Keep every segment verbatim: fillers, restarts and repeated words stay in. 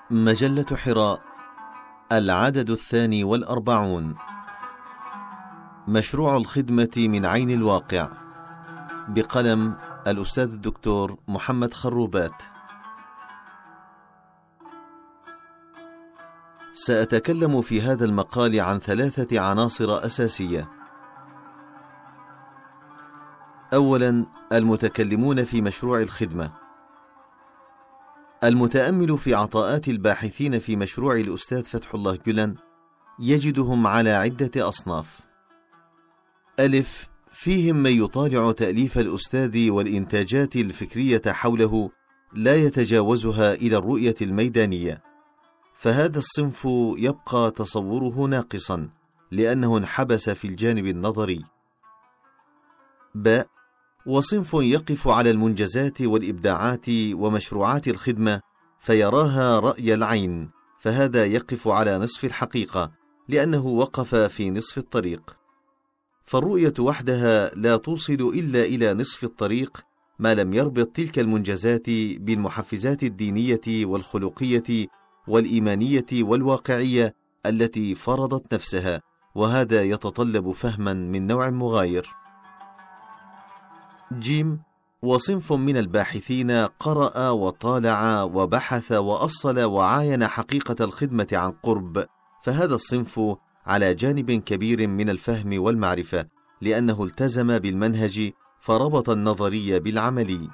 مجلة حراء، العدد الثاني والأربعون. مشروع الخدمة من عين الواقع، بقلم الأستاذ الدكتور محمد خروبات. سأتكلم في هذا المقال عن ثلاثة عناصر أساسية. أولاً، المتكلمون في مشروع الخدمة. المتأمل في عطاءات الباحثين في مشروع الأستاذ فتح الله جلن يجدهم على عدة أصناف. ألف، فيهم من يطالع تأليف الأستاذ والإنتاجات الفكرية حوله لا يتجاوزها إلى الرؤية الميدانية، فهذا الصنف يبقى تصوره ناقصا لأنه انحبس في الجانب النظري. ب، وصنف يقف على المنجزات والإبداعات ومشروعات الخدمة فيراها رأي العين، فهذا يقف على نصف الحقيقة لأنه وقف في نصف الطريق. فالرؤية وحدها لا توصل إلا إلى نصف الطريق ما لم يربط تلك المنجزات بالمحفزات الدينية والخلقية والإيمانية والواقعية التي فرضت نفسها، وهذا يتطلب فهما من نوع مغاير. جيم، وصنف من الباحثين قرأ وطالع وبحث وأصل وعاين حقيقة الخدمة عن قرب، فهذا الصنف على جانب كبير من الفهم والمعرفة لأنه التزم بالمنهج فربط النظري بالعملي.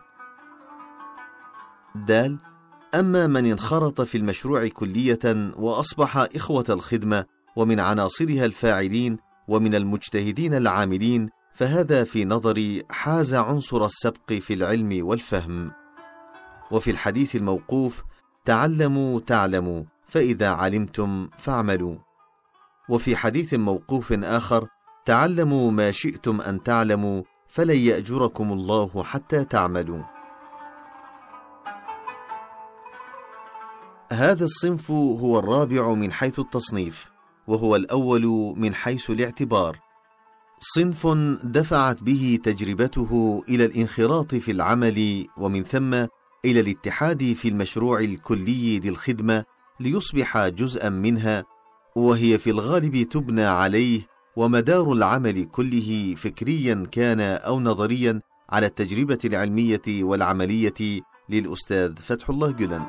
دال، أما من انخرط في المشروع كلية وأصبح إخوة الخدمة ومن عناصرها الفاعلين ومن المجتهدين العاملين، فهذا في نظري حاز عنصر السبق في العلم والفهم. وفي الحديث الموقوف: تعلموا تعلموا فإذا علمتم فاعملوا. وفي حديث موقوف آخر: تعلموا ما شئتم أن تعلموا فلن يأجركم الله حتى تعملوا. هذا الصنف هو الرابع من حيث التصنيف، وهو الأول من حيث الاعتبار. صنف دفعت به تجربته إلى الانخراط في العمل ومن ثم إلى الاتحاد في المشروع الكلي للخدمة ليصبح جزءا منها، وهي في الغالب تبنى عليه، ومدار العمل كله فكريا كان أو نظريا على التجربة العلمية والعملية للأستاذ فتح الله جلن.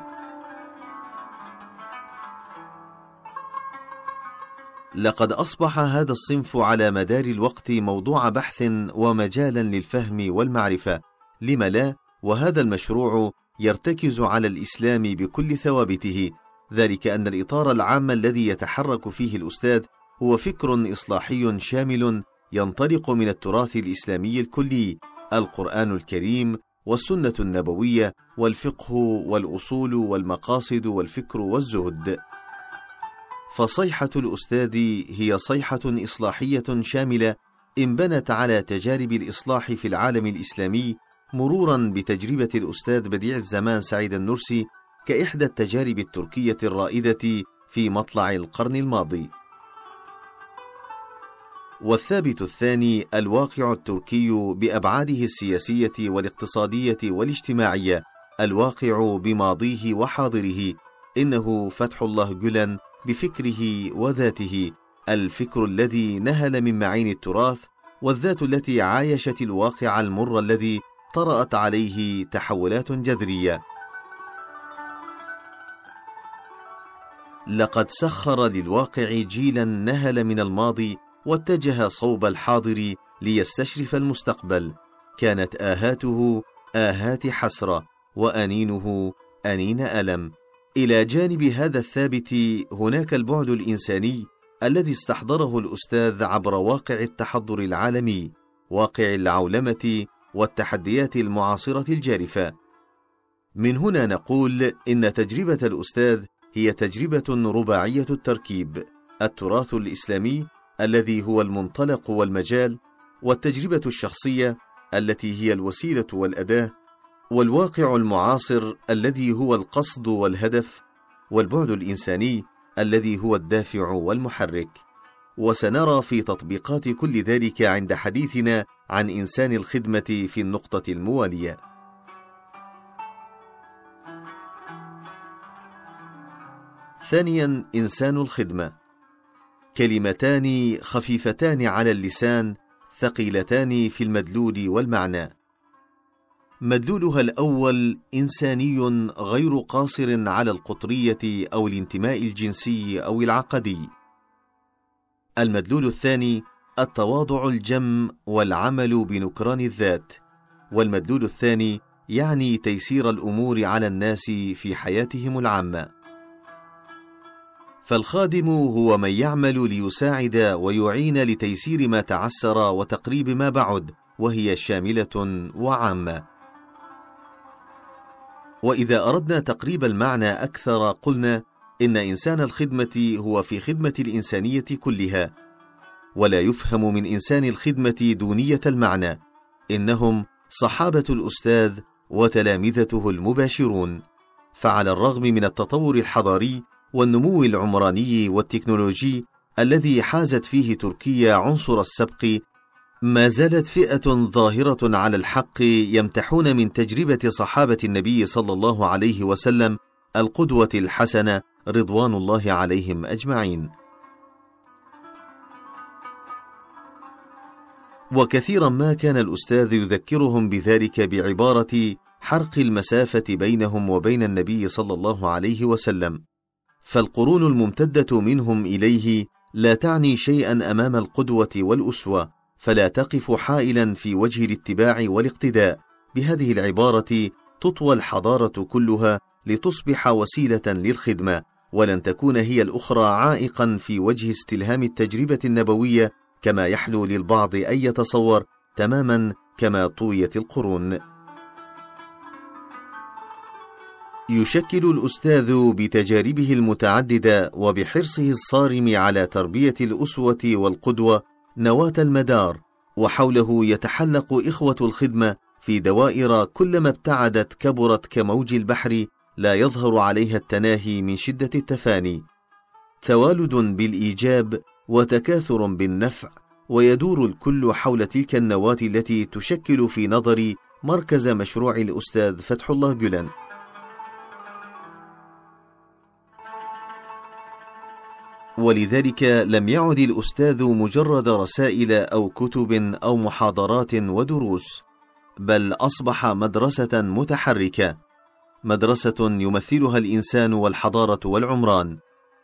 لقد أصبح هذا الصنف على مدار الوقت موضوع بحث ومجالا للفهم والمعرفة، لم لا؟ وهذا المشروع يرتكز على الإسلام بكل ثوابته، ذلك أن الإطار العام الذي يتحرك فيه الأستاذ هو فكر إصلاحي شامل ينطلق من التراث الإسلامي الكلي، القرآن الكريم والسنة النبوية والفقه والأصول والمقاصد والفكر والزهد. فصيحة الأستاذ هي صيحة إصلاحية شاملة انبنت على تجارب الإصلاح في العالم الإسلامي، مرورا بتجربة الأستاذ بديع الزمان سعيد النرسي كإحدى التجارب التركية الرائدة في مطلع القرن الماضي. والثابت الثاني الواقع التركي بأبعاده السياسية والاقتصادية والاجتماعية، الواقع بماضيه وحاضره، إنه فتح الله جلن بفكره وذاته، الفكر الذي نهل من معين التراث، والذات التي عايشت الواقع المر الذي طرأت عليه تحولات جذرية. لقد سخر للواقع جيلا نهل من الماضي واتجه صوب الحاضر ليستشرف المستقبل، كانت آهاته آهات حسرة وأنينه أنين ألم. إلى جانب هذا الثابت هناك البعد الإنساني الذي استحضره الأستاذ عبر واقع التحضر العالمي، واقع العولمة والتحديات المعاصرة الجارفة. من هنا نقول إن تجربة الأستاذ هي تجربة رباعية التركيب: التراث الإسلامي الذي هو المنطلق والمجال، والتجربة الشخصية التي هي الوسيلة والأداة، والواقع المعاصر الذي هو القصد والهدف، والبعد الإنساني الذي هو الدافع والمحرك. وسنرى في تطبيقات كل ذلك عند حديثنا عن إنسان الخدمة في النقطة الموالية. ثانيا، إنسان الخدمة. كلمتان خفيفتان على اللسان، ثقيلتان في المدلول والمعنى. مدلولها الأول إنساني غير قاصر على القطرية أو الانتماء الجنسي أو العقدي. المدلول الثاني التواضع الجم والعمل بنكران الذات. والمدلول الثاني يعني تيسير الأمور على الناس في حياتهم العامة. فالخادم هو من يعمل ليساعد ويعين لتيسير ما تعسر وتقريب ما بعد، وهي شاملة وعامة. وإذا أردنا تقريب المعنى أكثر قلنا إن إنسان الخدمة هو في خدمة الإنسانية كلها، ولا يفهم من إنسان الخدمة دونية المعنى، إنهم صحابة الأستاذ وتلامذته المباشرون. فعلى الرغم من التطور الحضاري والنمو العمراني والتكنولوجي الذي حازت فيه تركيا عنصر السبق، ما زالت فئة ظاهرة على الحق يمتحون من تجربة صحابة النبي صلى الله عليه وسلم القدوة الحسنة رضوان الله عليهم أجمعين. وكثيرا ما كان الأستاذ يذكرهم بذلك بعبارة حرق المسافة بينهم وبين النبي صلى الله عليه وسلم. فالقرون الممتدة منهم إليه لا تعني شيئا أمام القدوة والأسوة، فلا تقف حائلا في وجه الاتباع والاقتداء. بهذه العبارة تطوى الحضارة كلها لتصبح وسيلة للخدمة، ولن تكون هي الأخرى عائقا في وجه استلهام التجربة النبوية، كما يحلو للبعض أن يتصور، تماما كما طويت القرون. يشكل الأستاذ بتجاربه المتعددة وبحرصه الصارم على تربية الأسوة والقدوة نواة المدار، وحوله يتحلق إخوة الخدمة في دوائر كلما ابتعدت كبرت كموج البحر، لا يظهر عليها التناهي من شدة التفاني. توالد بالإيجاب وتكاثر بالنفع، ويدور الكل حول تلك النواة التي تشكل في نظري مركز مشروع الأستاذ فتح الله جولان. ولذلك لم يعد الأستاذ مجرد رسائل أو كتب أو محاضرات ودروس، بل أصبح مدرسة متحركة، مدرسة يمثلها الإنسان والحضارة والعمران.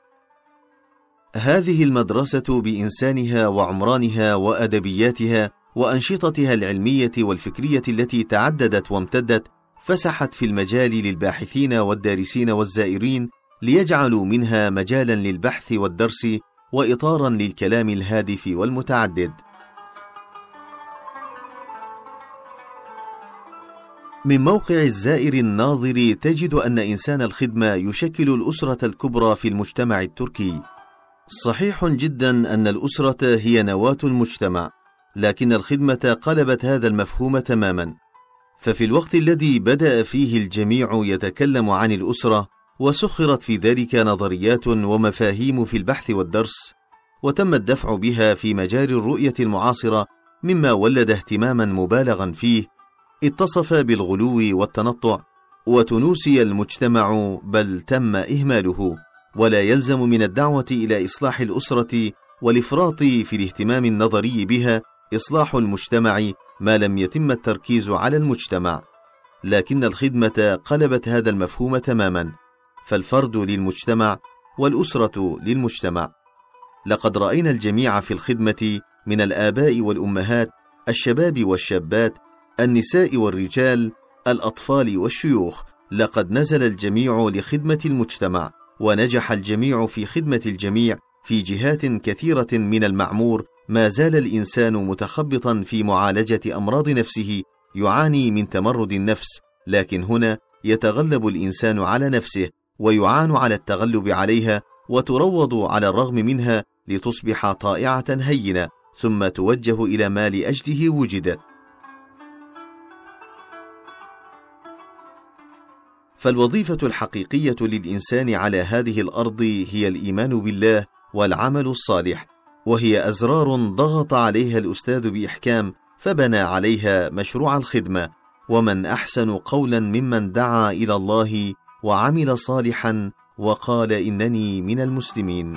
هذه المدرسة بإنسانها وعمرانها وأدبياتها وأنشطتها العلمية والفكرية التي تعددت وامتدت، فسحت في المجال للباحثين والدارسين والزائرين، ليجعلوا منها مجالا للبحث والدرس وإطارا للكلام الهادف والمتعدد. من موقع الزائر الناظر تجد أن إنسان الخدمة يشكل الأسرة الكبرى في المجتمع التركي. صحيح جدا أن الأسرة هي نواة المجتمع، لكن الخدمة قلبت هذا المفهوم تماما. ففي الوقت الذي بدأ فيه الجميع يتكلم عن الأسرة، وسخرت في ذلك نظريات ومفاهيم في البحث والدرس، وتم الدفع بها في مجال الرؤية المعاصرة، مما ولد اهتماما مبالغا فيه اتصف بالغلو والتنطع، وتنوسي المجتمع بل تم إهماله. ولا يلزم من الدعوة إلى إصلاح الأسرة والإفراط في الاهتمام النظري بها إصلاح المجتمع ما لم يتم التركيز على المجتمع، لكن الخدمة قلبت هذا المفهوم تماما، فالفرد للمجتمع والأسرة للمجتمع. لقد رأينا الجميع في الخدمة من الآباء والأمهات، الشباب والشابات، النساء والرجال، الأطفال والشيوخ. لقد نزل الجميع لخدمة المجتمع، ونجح الجميع في خدمة الجميع. في جهات كثيرة من المعمور ما زال الإنسان متخبطا في معالجة أمراض نفسه، يعاني من تمرد النفس، لكن هنا يتغلب الإنسان على نفسه ويعان على التغلب عليها، وتروض على الرغم منها لتصبح طائعة هينة، ثم توجه إلى ما لأجله وجدت. فالوظيفة الحقيقية للإنسان على هذه الأرض هي الإيمان بالله والعمل الصالح، وهي أزرار ضغط عليها الأستاذ بإحكام، فبنى عليها مشروع الخدمة. ومن أحسن قولا ممن دعا إلى الله وعمل صالحا وقال إنني من المسلمين.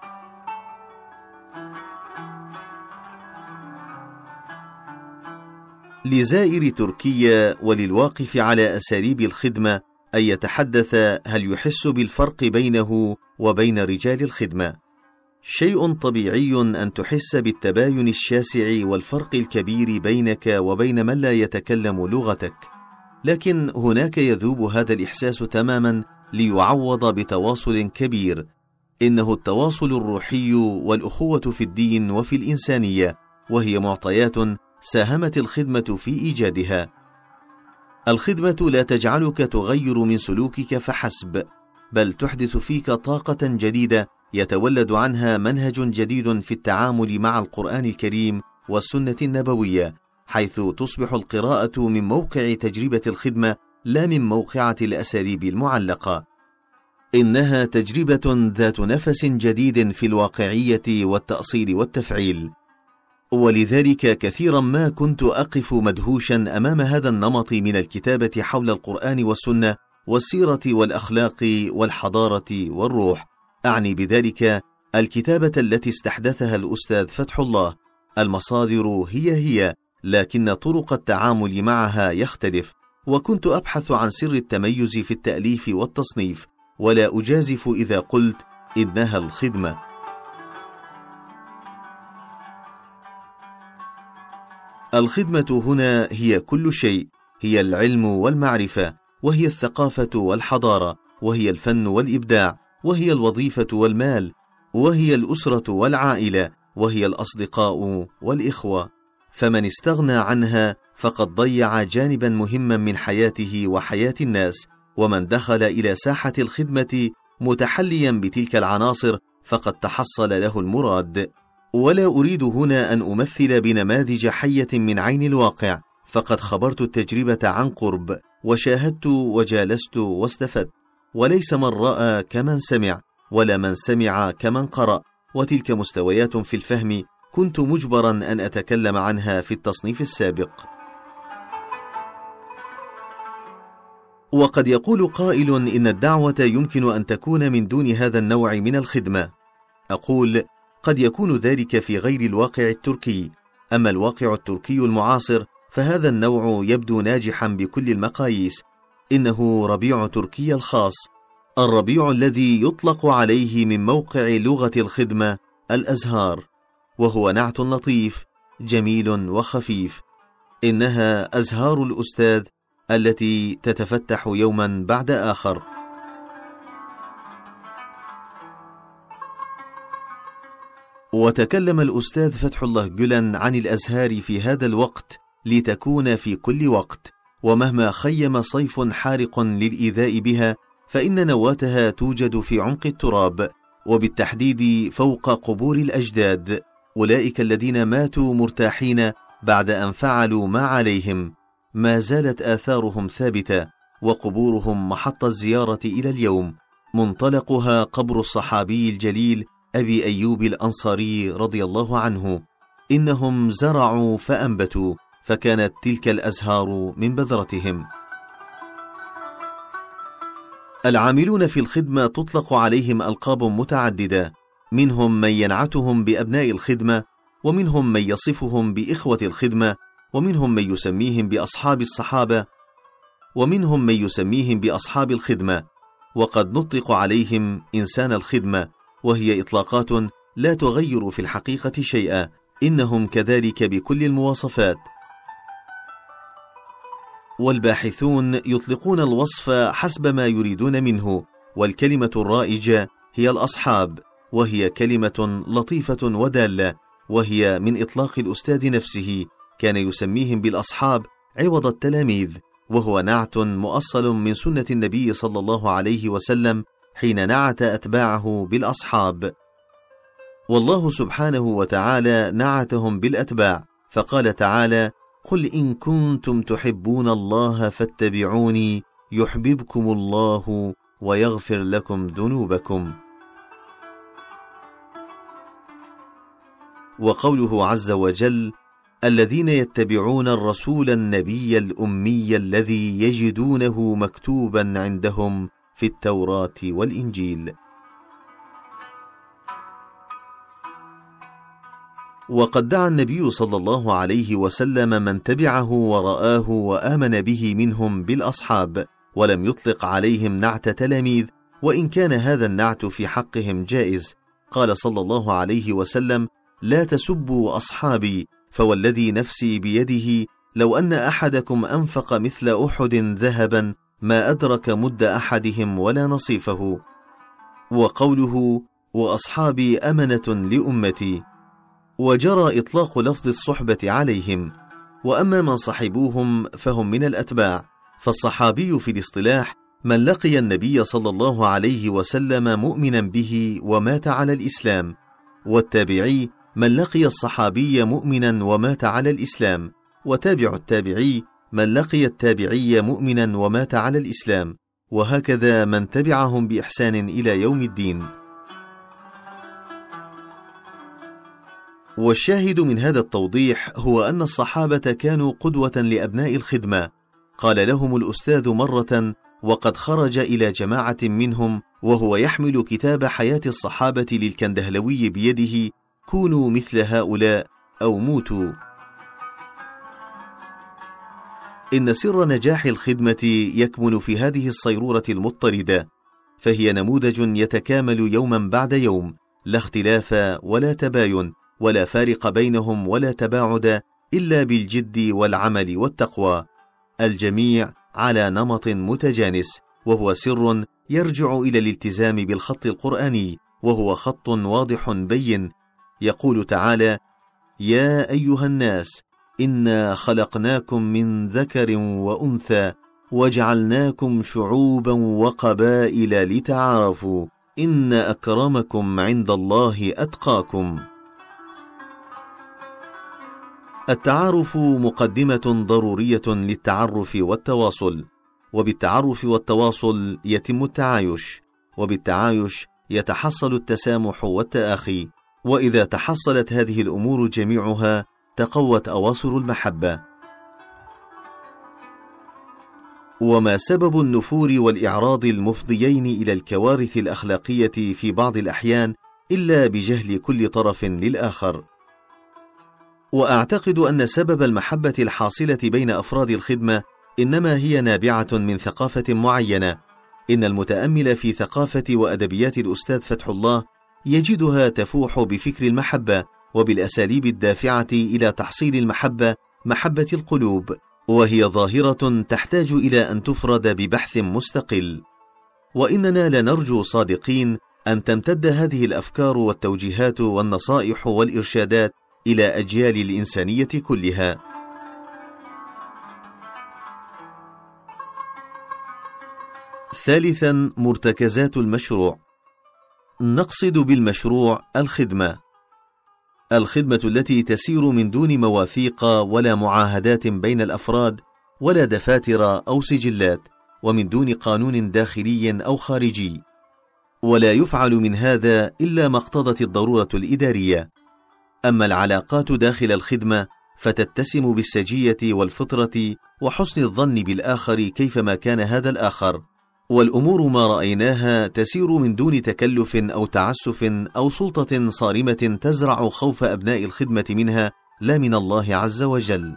لزائر تركيا وللواقف على أساليب الخدمة أن يتحدث هل يحس بالفرق بينه وبين رجال الخدمة. شيء طبيعي أن تحس بالتباين الشاسع والفرق الكبير بينك وبين من لا يتكلم لغتك، لكن هناك يذوب هذا الإحساس تماما ليعوض بتواصل كبير، إنه التواصل الروحي والأخوة في الدين وفي الإنسانية، وهي معطيات ساهمت الخدمة في إيجادها. الخدمة لا تجعلك تغير من سلوكك فحسب، بل تحدث فيك طاقة جديدة يتولد عنها منهج جديد في التعامل مع القرآن الكريم والسنة النبوية، حيث تصبح القراءة من موقع تجربة الخدمة لا من موقعة الأساليب المعلقة. إنها تجربة ذات نفس جديد في الواقعية والتأصيل والتفعيل، ولذلك كثيرا ما كنت أقف مدهوشا أمام هذا النمط من الكتابة حول القرآن والسنة والسيرة والأخلاق والحضارة والروح. أعني بذلك الكتابة التي استحدثها الأستاذ فتح الله. المصادر هي هي، لكن طرق التعامل معها يختلف، وكنت أبحث عن سر التميز في التأليف والتصنيف، ولا أجازف إذا قلت إنها الخدمة. الخدمة هنا هي كل شيء، هي العلم والمعرفة، وهي الثقافة والحضارة، وهي الفن والإبداع، وهي الوظيفة والمال، وهي الأسرة والعائلة، وهي الأصدقاء والإخوة. فمن استغنى عنها فقد ضيع جانبا مهما من حياته وحياة الناس، ومن دخل إلى ساحة الخدمة متحليا بتلك العناصر فقد تحصل له المراد. ولا أريد هنا أن أمثل بنماذج حية من عين الواقع، فقد خبرت التجربة عن قرب، وشاهدت وجالست واستفدت، وليس من رأى كمن سمع، ولا من سمع كمن قرأ، وتلك مستويات في الفهم كنت مجبرا أن أتكلم عنها في التصنيف السابق. وقد يقول قائل إن الدعوة يمكن أن تكون من دون هذا النوع من الخدمة. أقول قد يكون ذلك في غير الواقع التركي، أما الواقع التركي المعاصر فهذا النوع يبدو ناجحا بكل المقاييس. إنه ربيع تركيا الخاص، الربيع الذي يطلق عليه من موقع لغة الخدمة الأزهار، وهو نعت لطيف جميل وخفيف. إنها أزهار الأستاذ التي تتفتح يوما بعد آخر. وتكلم الأستاذ فتح الله جولان عن الأزهار في هذا الوقت لتكون في كل وقت، ومهما خيم صيف حارق للإيذاء بها فإن نواتها توجد في عمق التراب، وبالتحديد فوق قبور الأجداد، أولئك الذين ماتوا مرتاحين بعد أن فعلوا ما عليهم. ما زالت آثارهم ثابتة، وقبورهم محط الزيارة إلى اليوم، منطلقها قبر الصحابي الجليل أبي أيوب الأنصاري رضي الله عنه. إنهم زرعوا فأنبتوا، فكانت تلك الأزهار من بذرتهم. العاملون في الخدمة تطلق عليهم ألقاب متعددة، منهم من ينعتهم بأبناء الخدمة، ومنهم من يصفهم بإخوة الخدمة، ومنهم من يسميهم بأصحاب الصحابة، ومنهم من يسميهم بأصحاب الخدمة. وقد نطلق عليهم إنسان الخدمة، وهي إطلاقات لا تغير في الحقيقة شيئا، إنهم كذلك بكل المواصفات. والباحثون يطلقون الوصف حسب ما يريدون منه، والكلمة الرائجة هي الأصحاب، وهي كلمة لطيفة ودالة، وهي من إطلاق الأستاذ نفسه، كان يسميهم بالأصحاب عوض التلاميذ، وهو نعت مؤصل من سنة النبي صلى الله عليه وسلم حين نعت أتباعه بالأصحاب. والله سبحانه وتعالى نعتهم بالأتباع، فقال تعالى: قل إن كنتم تحبون الله فاتبعوني يحببكم الله ويغفر لكم ذنوبكم. وقوله عز وجل: الذين يتبعون الرسول النبي الأمي الذي يجدونه مكتوبا عندهم في في التوراة والإنجيل. وقد دعا النبي صلى الله عليه وسلم من تبعه ورآه وآمن به منهم بالأصحاب، ولم يطلق عليهم نعت تلاميذ، وإن كان هذا النعت في حقهم جائز. قال صلى الله عليه وسلم: لا تسبوا أصحابي، فوالذي نفسي بيده لو أن أحدكم أنفق مثل أحد ذهبا ما أدرك مد أحدهم ولا نصيفه. وقوله: وأصحابي أمنة لأمتي، وجرى إطلاق لفظ الصحبة عليهم. وأما من صحبوهم فهم من الأتباع، فالصحابي في الاصطلاح من لقي النبي صلى الله عليه وسلم مؤمنا به ومات على الإسلام، والتابعي من لقي الصحابي مؤمنا ومات على الإسلام، وتابع التابعي من لقي التابعي مؤمنا ومات على الإسلام، وهكذا من تبعهم بإحسان إلى يوم الدين. والشاهد من هذا التوضيح هو أن الصحابة كانوا قدوة لأبناء الخدمة. قال لهم الأستاذ مرة وقد خرج إلى جماعة منهم وهو يحمل كتاب حياة الصحابة للكندهلوي بيده: كونوا مثل هؤلاء أو موتوا. إن سر نجاح الخدمة يكمن في هذه الصيرورة المضطردة، فهي نموذج يتكامل يوما بعد يوم، لا اختلاف ولا تباين ولا فارق بينهم ولا تباعد، إلا بالجد والعمل والتقوى، الجميع على نمط متجانس، وهو سر يرجع إلى الالتزام بالخط القرآني، وهو خط واضح بين. يقول تعالى: يا أيها الناس إنا خلقناكم من ذكر وأنثى وجعلناكم شعوبا وقبائل لتعارفوا إن أكرمكم عند الله أتقاكم. التعارف مقدمة ضرورية للتعرف والتواصل، وبالتعرف والتواصل يتم التعايش، وبالتعايش يتحصل التسامح والتآخي، وإذا تحصلت هذه الأمور جميعها تقوت أواصر المحبة. وما سبب النفور والإعراض المفضيين إلى الكوارث الأخلاقية في بعض الأحيان إلا بجهل كل طرف للآخر؟ وأعتقد أن سبب المحبة الحاصلة بين أفراد الخدمة إنما هي نابعة من ثقافة معينة. إن المتأمل في ثقافة وأدبيات الأستاذ فتح الله يجدها تفوح بفكر المحبة وبالأساليب الدافعة إلى تحصيل المحبة، محبة القلوب، وهي ظاهرة تحتاج إلى أن تفرد ببحث مستقل. وإننا لنرجو صادقين أن تمتد هذه الأفكار والتوجيهات والنصائح والإرشادات إلى أجيال الإنسانية كلها. ثالثا، مرتكزات المشروع. نقصد بالمشروع الخدمة، الخدمة التي تسير من دون مواثيق ولا معاهدات بين الأفراد ولا دفاتر أو سجلات، ومن دون قانون داخلي أو خارجي، ولا يفعل من هذا إلا ما اقتضت الضرورة الإدارية. أما العلاقات داخل الخدمة فتتسم بالسجية والفطرة وحسن الظن بالآخر كيفما كان هذا الآخر، والأمور ما رأيناها تسير من دون تكلف أو تعسف أو سلطة صارمة تزرع خوف أبناء الخدمة منها، لا من الله عز وجل.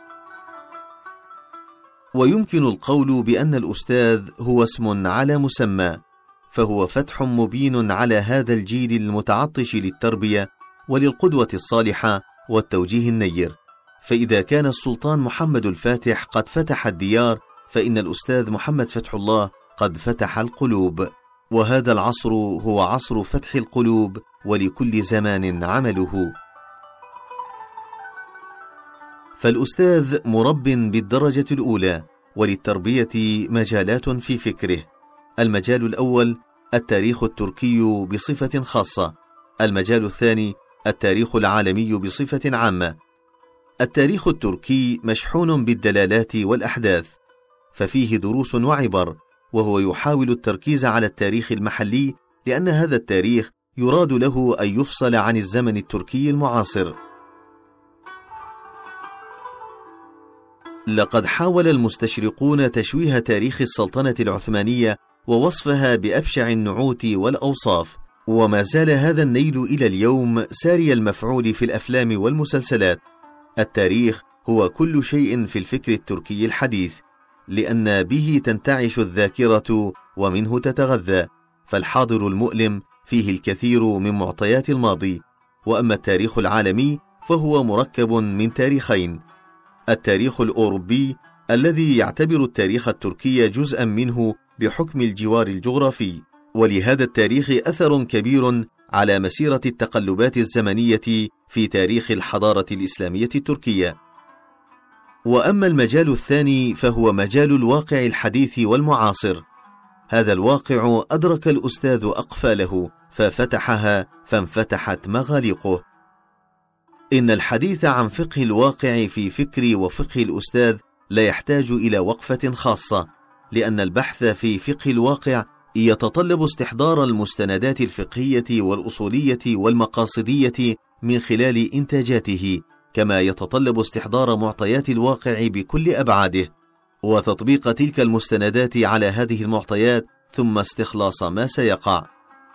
ويمكن القول بأن الأستاذ هو اسم على مسمى، فهو فتح مبين على هذا الجيل المتعطش للتربية وللقدوة الصالحة والتوجيه النير. فإذا كان السلطان محمد الفاتح قد فتح الديار، فإن الأستاذ محمد فتح الله قد فتح القلوب، وهذا العصر هو عصر فتح القلوب، ولكل زمان عمله. فالأستاذ مرب بالدرجة الأولى، وللتربية مجالات في فكره. المجال الأول التاريخ التركي بصفة خاصة، المجال الثاني التاريخ العالمي بصفة عامة. التاريخ التركي مشحون بالدلالات والأحداث، ففيه دروس وعبر، وهو يحاول التركيز على التاريخ المحلي، لأن هذا التاريخ يراد له أن يفصل عن الزمن التركي المعاصر. لقد حاول المستشرقون تشويه تاريخ السلطنة العثمانية ووصفها بأبشع النعوت والأوصاف، وما زال هذا النيل إلى اليوم ساري المفعول في الأفلام والمسلسلات. التاريخ هو كل شيء في الفكر التركي الحديث، لأن به تنتعش الذاكرة ومنه تتغذى، فالحاضر المؤلم فيه الكثير من معطيات الماضي. وأما التاريخ العالمي فهو مركب من تاريخين: التاريخ الأوروبي الذي يعتبر التاريخ التركي جزءا منه بحكم الجوار الجغرافي، ولهذا التاريخ أثر كبير على مسيرة التقلبات الزمنية في تاريخ الحضارة الإسلامية التركية. وأما المجال الثاني فهو مجال الواقع الحديث والمعاصر. هذا الواقع أدرك الأستاذ أقفاله ففتحها فانفتحت مغاليقه. إن الحديث عن فقه الواقع في فكر وفقه الأستاذ لا يحتاج إلى وقفة خاصة، لأن البحث في فقه الواقع يتطلب استحضار المستندات الفقهية والأصولية والمقاصدية من خلال إنتاجاته، كما يتطلب استحضار معطيات الواقع بكل أبعاده، وتطبيق تلك المستندات على هذه المعطيات، ثم استخلاص ما سيقع.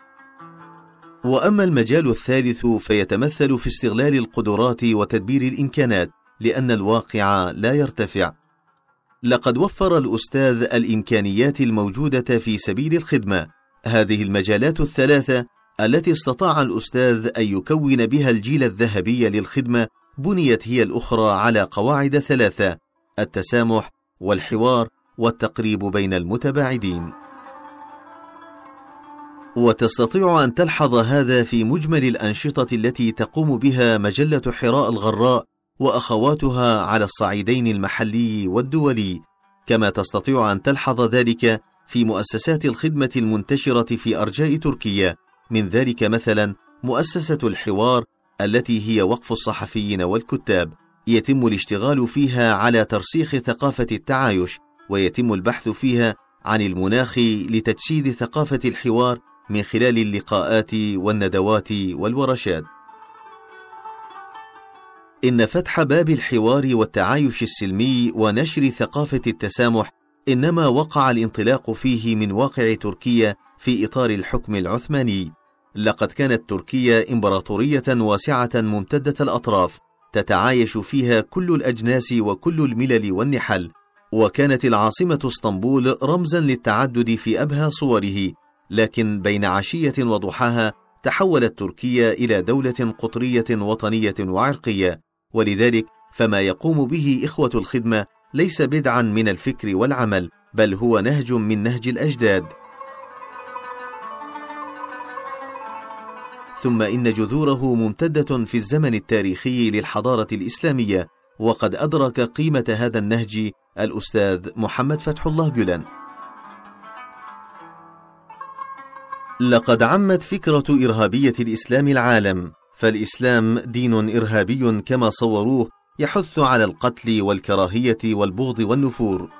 وأما المجال الثالث فيتمثل في استغلال القدرات وتدبير الإمكانات، لأن الواقع لا يرتفع. لقد وفر الأستاذ الإمكانيات الموجودة في سبيل الخدمة. هذه المجالات الثلاثة التي استطاع الأستاذ أن يكون بها الجيل الذهبي للخدمة بنيت هي الأخرى على قواعد ثلاثة: التسامح والحوار والتقريب بين المتباعدين. وتستطيع أن تلحظ هذا في مجمل الأنشطة التي تقوم بها مجلة حراء الغراء وأخواتها على الصعيدين المحلي والدولي، كما تستطيع أن تلحظ ذلك في مؤسسات الخدمة المنتشرة في أرجاء تركيا، من ذلك مثلا مؤسسة الحوار التي هي وقف الصحفيين والكتاب، يتم الاشتغال فيها على ترسيخ ثقافة التعايش، ويتم البحث فيها عن المناخ لتجسيد ثقافة الحوار من خلال اللقاءات والندوات والورشات. إن فتح باب الحوار والتعايش السلمي ونشر ثقافة التسامح إنما وقع الانطلاق فيه من واقع تركيا في إطار الحكم العثماني. لقد كانت تركيا إمبراطورية واسعة ممتدة الأطراف، تتعايش فيها كل الأجناس وكل الملل والنحل، وكانت العاصمة اسطنبول رمزا للتعدد في أبهى صوره. لكن بين عشية وضحاها تحولت تركيا إلى دولة قطرية وطنية وعرقية، ولذلك فما يقوم به إخوة الخدمة ليس بدعا من الفكر والعمل، بل هو نهج من نهج الأجداد. ثم إن جذوره ممتدة في الزمن التاريخي للحضارة الإسلامية، وقد أدرك قيمة هذا النهج الأستاذ محمد فتح الله جولان. لقد عمت فكرة إرهابية الإسلام العالم، فالإسلام دين إرهابي كما صوروه، يحث على القتل والكراهية والبغض والنفور.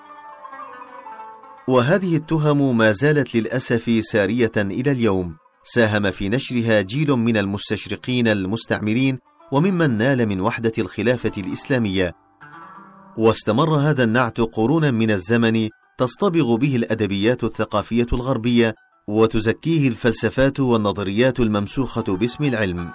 وهذه التهم ما زالت للأسف سارية إلى اليوم، ساهم في نشرها جيل من المستشرقين المستعمرين وممن نال من وحدة الخلافة الإسلامية. واستمر هذا النعت قرونا من الزمن تصطبغ به الأدبيات الثقافية الغربية، وتزكيه الفلسفات والنظريات الممسوخة باسم العلم.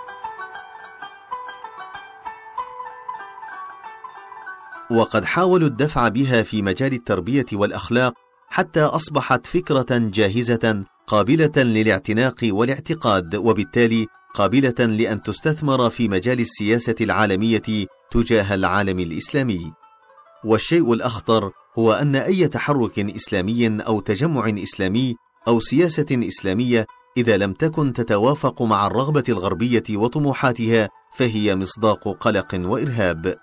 وقد حاولوا الدفع بها في مجال التربية والأخلاق، حتى أصبحت فكرة جاهزة قابلة للاعتناق والاعتقاد، وبالتالي قابلة لأن تستثمر في مجال السياسة العالمية تجاه العالم الإسلامي. والشيء الأخطر هو أن أي تحرك إسلامي أو تجمع إسلامي أو سياسة إسلامية إذا لم تكن تتوافق مع الرغبة الغربية وطموحاتها فهي مصداق قلق وإرهاب.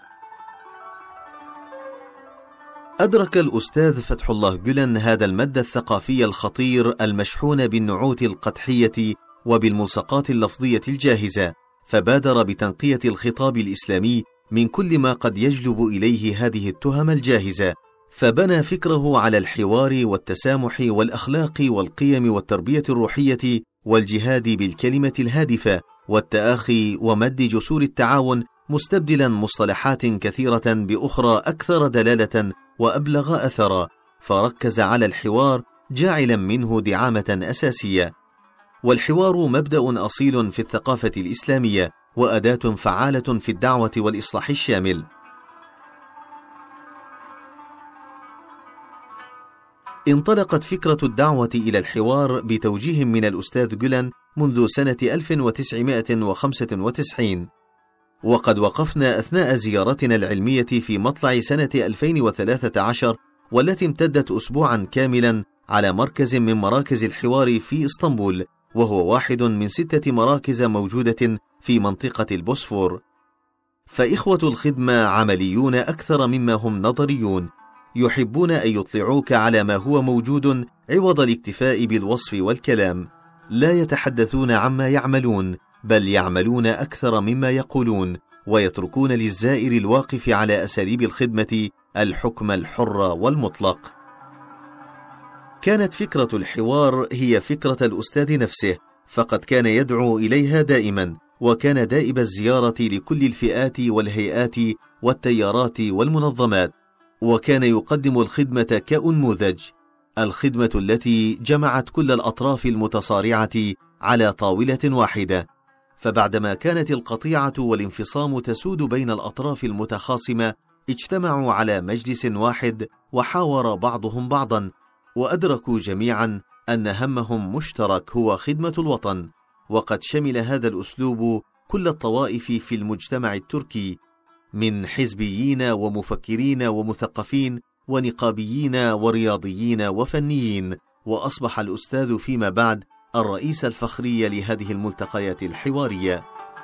أدرك الأستاذ فتح الله جولان هذا المد الثقافي الخطير المشحون بالنعوت القدحية وبالملصقات اللفظية الجاهزة، فبادر بتنقية الخطاب الإسلامي من كل ما قد يجلب إليه هذه التهم الجاهزة، فبنى فكره على الحوار والتسامح والأخلاق والقيم والتربية الروحية والجهاد بالكلمة الهادفة والتآخي ومد جسور التعاون، مستبدلا مصطلحات كثيرة بأخرى أكثر دلالة وأبلغ أثرا، فركز على الحوار جاعلا منه دعامة أساسية. والحوار مبدأ أصيل في الثقافة الإسلامية وأداة فعالة في الدعوة والإصلاح الشامل. انطلقت فكرة الدعوة إلى الحوار بتوجيه من الأستاذ جولان منذ سنة ألف وتسعمائة وخمسة وتسعين، وقد وقفنا أثناء زيارتنا العلمية في مطلع سنة ألفين وثلاثة عشر، والتي امتدت أسبوعا كاملا، على مركز من مراكز الحوار في إسطنبول، وهو واحد من ستة مراكز موجودة في منطقة البوسفور. فإخوة الخدمة عمليون أكثر مما هم نظريون، يحبون أن يطلعوك على ما هو موجود عوض الاكتفاء بالوصف والكلام. لا يتحدثون عما يعملون، بل يعملون أكثر مما يقولون، ويتركون للزائر الواقف على أساليب الخدمة الحكم الحر والمطلق. كانت فكرة الحوار هي فكرة الأستاذ نفسه، فقد كان يدعو إليها دائما، وكان دائب الزيارة لكل الفئات والهيئات والتيارات والمنظمات، وكان يقدم الخدمة كأنموذج، الخدمة التي جمعت كل الأطراف المتصارعة على طاولة واحدة. فبعدما كانت القطيعة والانفصام تسود بين الأطراف المتخاصمة، اجتمعوا على مجلس واحد وحاور بعضهم بعضا، وأدركوا جميعا أن همهم مشترك هو خدمة الوطن. وقد شمل هذا الأسلوب كل الطوائف في المجتمع التركي، من حزبيين ومفكرين ومثقفين ونقابيين ورياضيين وفنيين، وأصبح الأستاذ فيما بعد الرئيس الفخري لهذه الملتقيات الحوارية.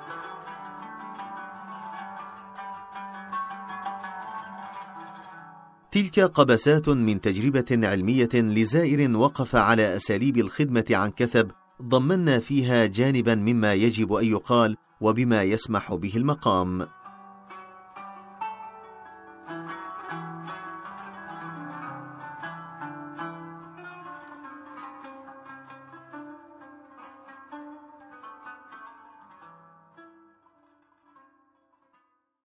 تلك قبسات من تجربة علمية لزائر وقف على أساليب الخدمة عن كثب، ضمنا فيها جانبا مما يجب أن يقال وبما يسمح به المقام.